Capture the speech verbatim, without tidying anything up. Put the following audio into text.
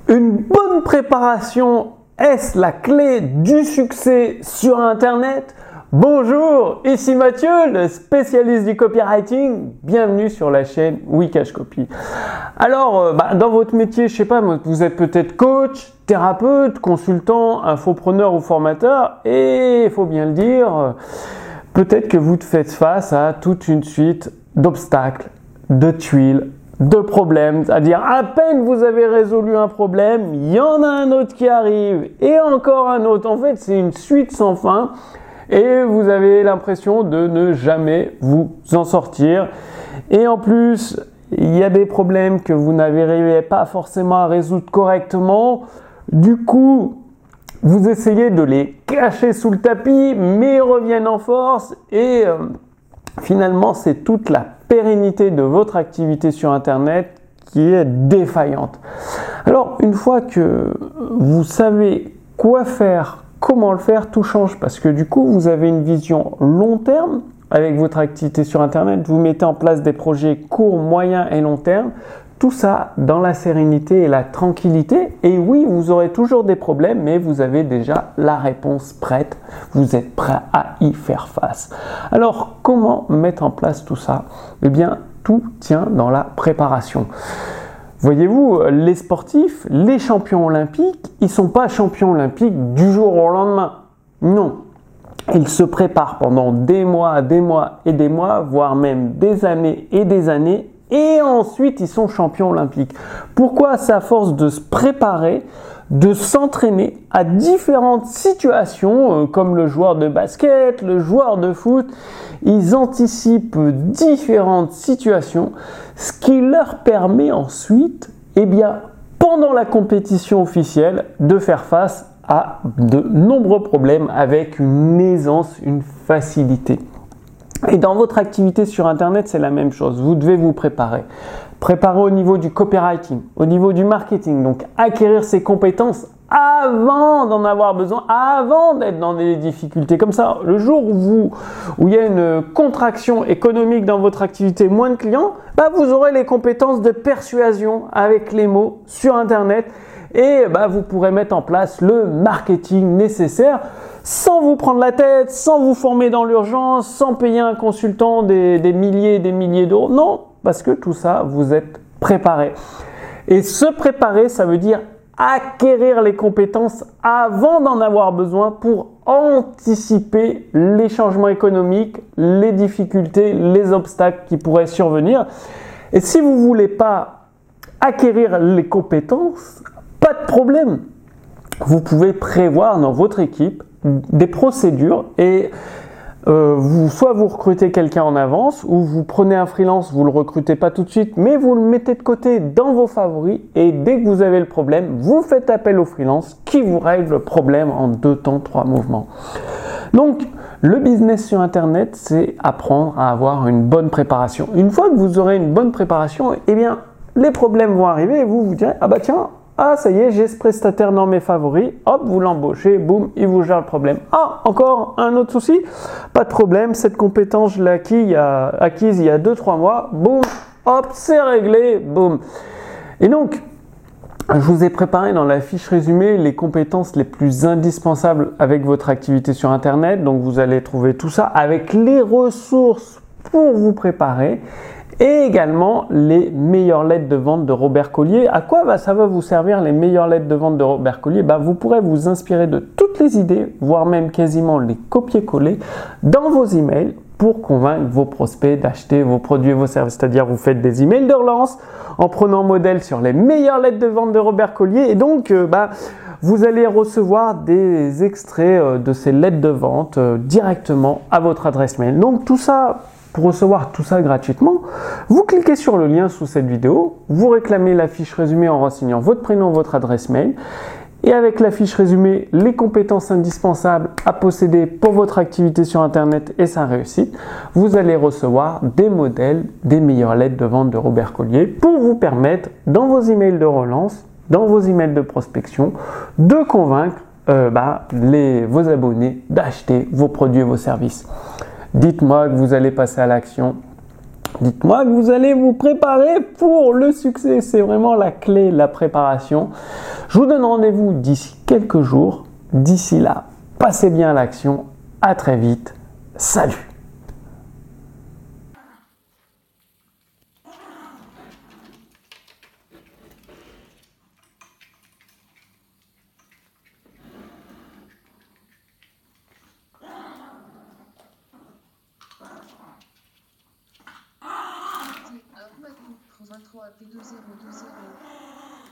Une bonne préparation, est-ce la clé du succès sur Internet? Bonjour, ici Mathieu, le spécialiste du copywriting. Bienvenue sur la chaîne Wikash Copy. Alors, euh, bah, dans votre métier, je sais pas, vous êtes peut-être coach, thérapeute, consultant, infopreneur ou formateur, et il faut bien le dire, peut-être que vous faites face à toute une suite d'obstacles, de tuiles, de problèmes, c'est-à-dire à peine vous avez résolu un problème, il y en a un autre qui arrive et encore un autre. En fait, c'est une suite sans fin et vous avez l'impression de ne jamais vous en sortir. Et en plus, il y a des problèmes que vous n'arrivez pas forcément à résoudre correctement. Du coup, vous essayez de les cacher sous le tapis, mais ils reviennent en force et euh, finalement, c'est toute la pérennité de votre activité sur Internet qui est défaillante. Alors, une fois que vous savez quoi faire, comment le faire, tout change parce que du coup, vous avez une vision long terme avec votre activité sur Internet. Vous mettez en place des projets court, moyen et long terme. Tout ça dans la sérénité et la tranquillité. Et oui, vous aurez toujours des problèmes, mais vous avez déjà la réponse prête. Vous êtes prêt à y faire face. Alors, comment mettre en place tout ça? Eh bien, tout tient dans la préparation. Voyez-vous, les sportifs, les champions olympiques, ils ne sont pas champions olympiques du jour au lendemain. Non. Ils se préparent pendant des mois, des mois et des mois, voire même des années et des années. Et ensuite, ils sont champions olympiques. Pourquoi? C'est à force de se préparer, de s'entraîner à différentes situations, euh, comme le joueur de basket, le joueur de foot. Ils anticipent différentes situations, ce qui leur permet ensuite, eh bien, pendant la compétition officielle, de faire face à de nombreux problèmes avec une aisance, une facilité. Et dans votre activité sur Internet, c'est la même chose. Vous devez vous préparer. Préparer au niveau du copywriting, au niveau du marketing. Donc, acquérir ces compétences avant d'en avoir besoin, avant d'être dans des difficultés. Comme ça, le jour où, vous, où il y a une contraction économique dans votre activité, moins de clients, bah, vous aurez les compétences de persuasion avec les mots sur Internet. Et bah, vous pourrez mettre en place le marketing nécessaire sans vous prendre la tête, sans vous former dans l'urgence, sans payer un consultant des, des milliers et des milliers d'euros. Non, parce que tout ça, vous êtes préparé. Et se préparer, ça veut dire acquérir les compétences avant d'en avoir besoin pour anticiper les changements économiques, les difficultés, les obstacles qui pourraient survenir. Et si vous ne voulez pas acquérir les compétences, pas de problème. Vous pouvez prévoir dans votre équipe des procédures et euh, vous, soit vous recrutez quelqu'un en avance ou vous prenez un freelance, vous ne le recrutez pas tout de suite, mais vous le mettez de côté dans vos favoris et dès que vous avez le problème, vous faites appel au freelance qui vous règle le problème en deux temps, trois mouvements. Donc, le business sur Internet, c'est apprendre à avoir une bonne préparation. Une fois que vous aurez une bonne préparation, eh bien, les problèmes vont arriver et vous vous direz, ah bah tiens, ah, ça y est, j'ai ce prestataire dans mes favoris. Hop, vous l'embauchez, boum, il vous gère le problème. Ah, encore un autre souci? Pas de problème, cette compétence, je l'ai acquis, il y a, acquise il y a deux trois mois. Boum, hop, c'est réglé, boum. Et donc, je vous ai préparé dans la fiche résumée les compétences les plus indispensables avec votre activité sur Internet. Donc, vous allez trouver tout ça avec les ressources pour vous préparer. Et également les meilleures lettres de vente de Robert Collier. À quoi bah, ça va vous servir les meilleures lettres de vente de Robert Collier? bah, Vous pourrez vous inspirer de toutes les idées, voire même quasiment les copier-coller dans vos emails pour convaincre vos prospects d'acheter vos produits et vos services. C'est-à-dire vous faites des emails de relance en prenant modèle sur les meilleures lettres de vente de Robert Collier et donc euh, bah, vous allez recevoir des extraits euh, de ces lettres de vente euh, directement à votre adresse mail. Donc tout ça, pour recevoir tout ça gratuitement, vous cliquez sur le lien sous cette vidéo, vous réclamez la fiche résumée en renseignant votre prénom, votre adresse mail et avec la fiche résumée, les compétences indispensables à posséder pour votre activité sur Internet et sa réussite, vous allez recevoir des modèles des meilleures lettres de vente de Robert Collier pour vous permettre dans vos emails de relance, dans vos emails de prospection, de convaincre euh, bah, les, vos abonnés d'acheter vos produits et vos services. Dites-moi que vous allez passer à l'action. Dites-moi que vous allez vous préparer pour le succès. C'est vraiment la clé, la préparation. Je vous donne rendez-vous d'ici quelques jours. D'ici là, passez bien à l'action. À très vite. Salut! vingt-trois, P deux zéro deux zéro.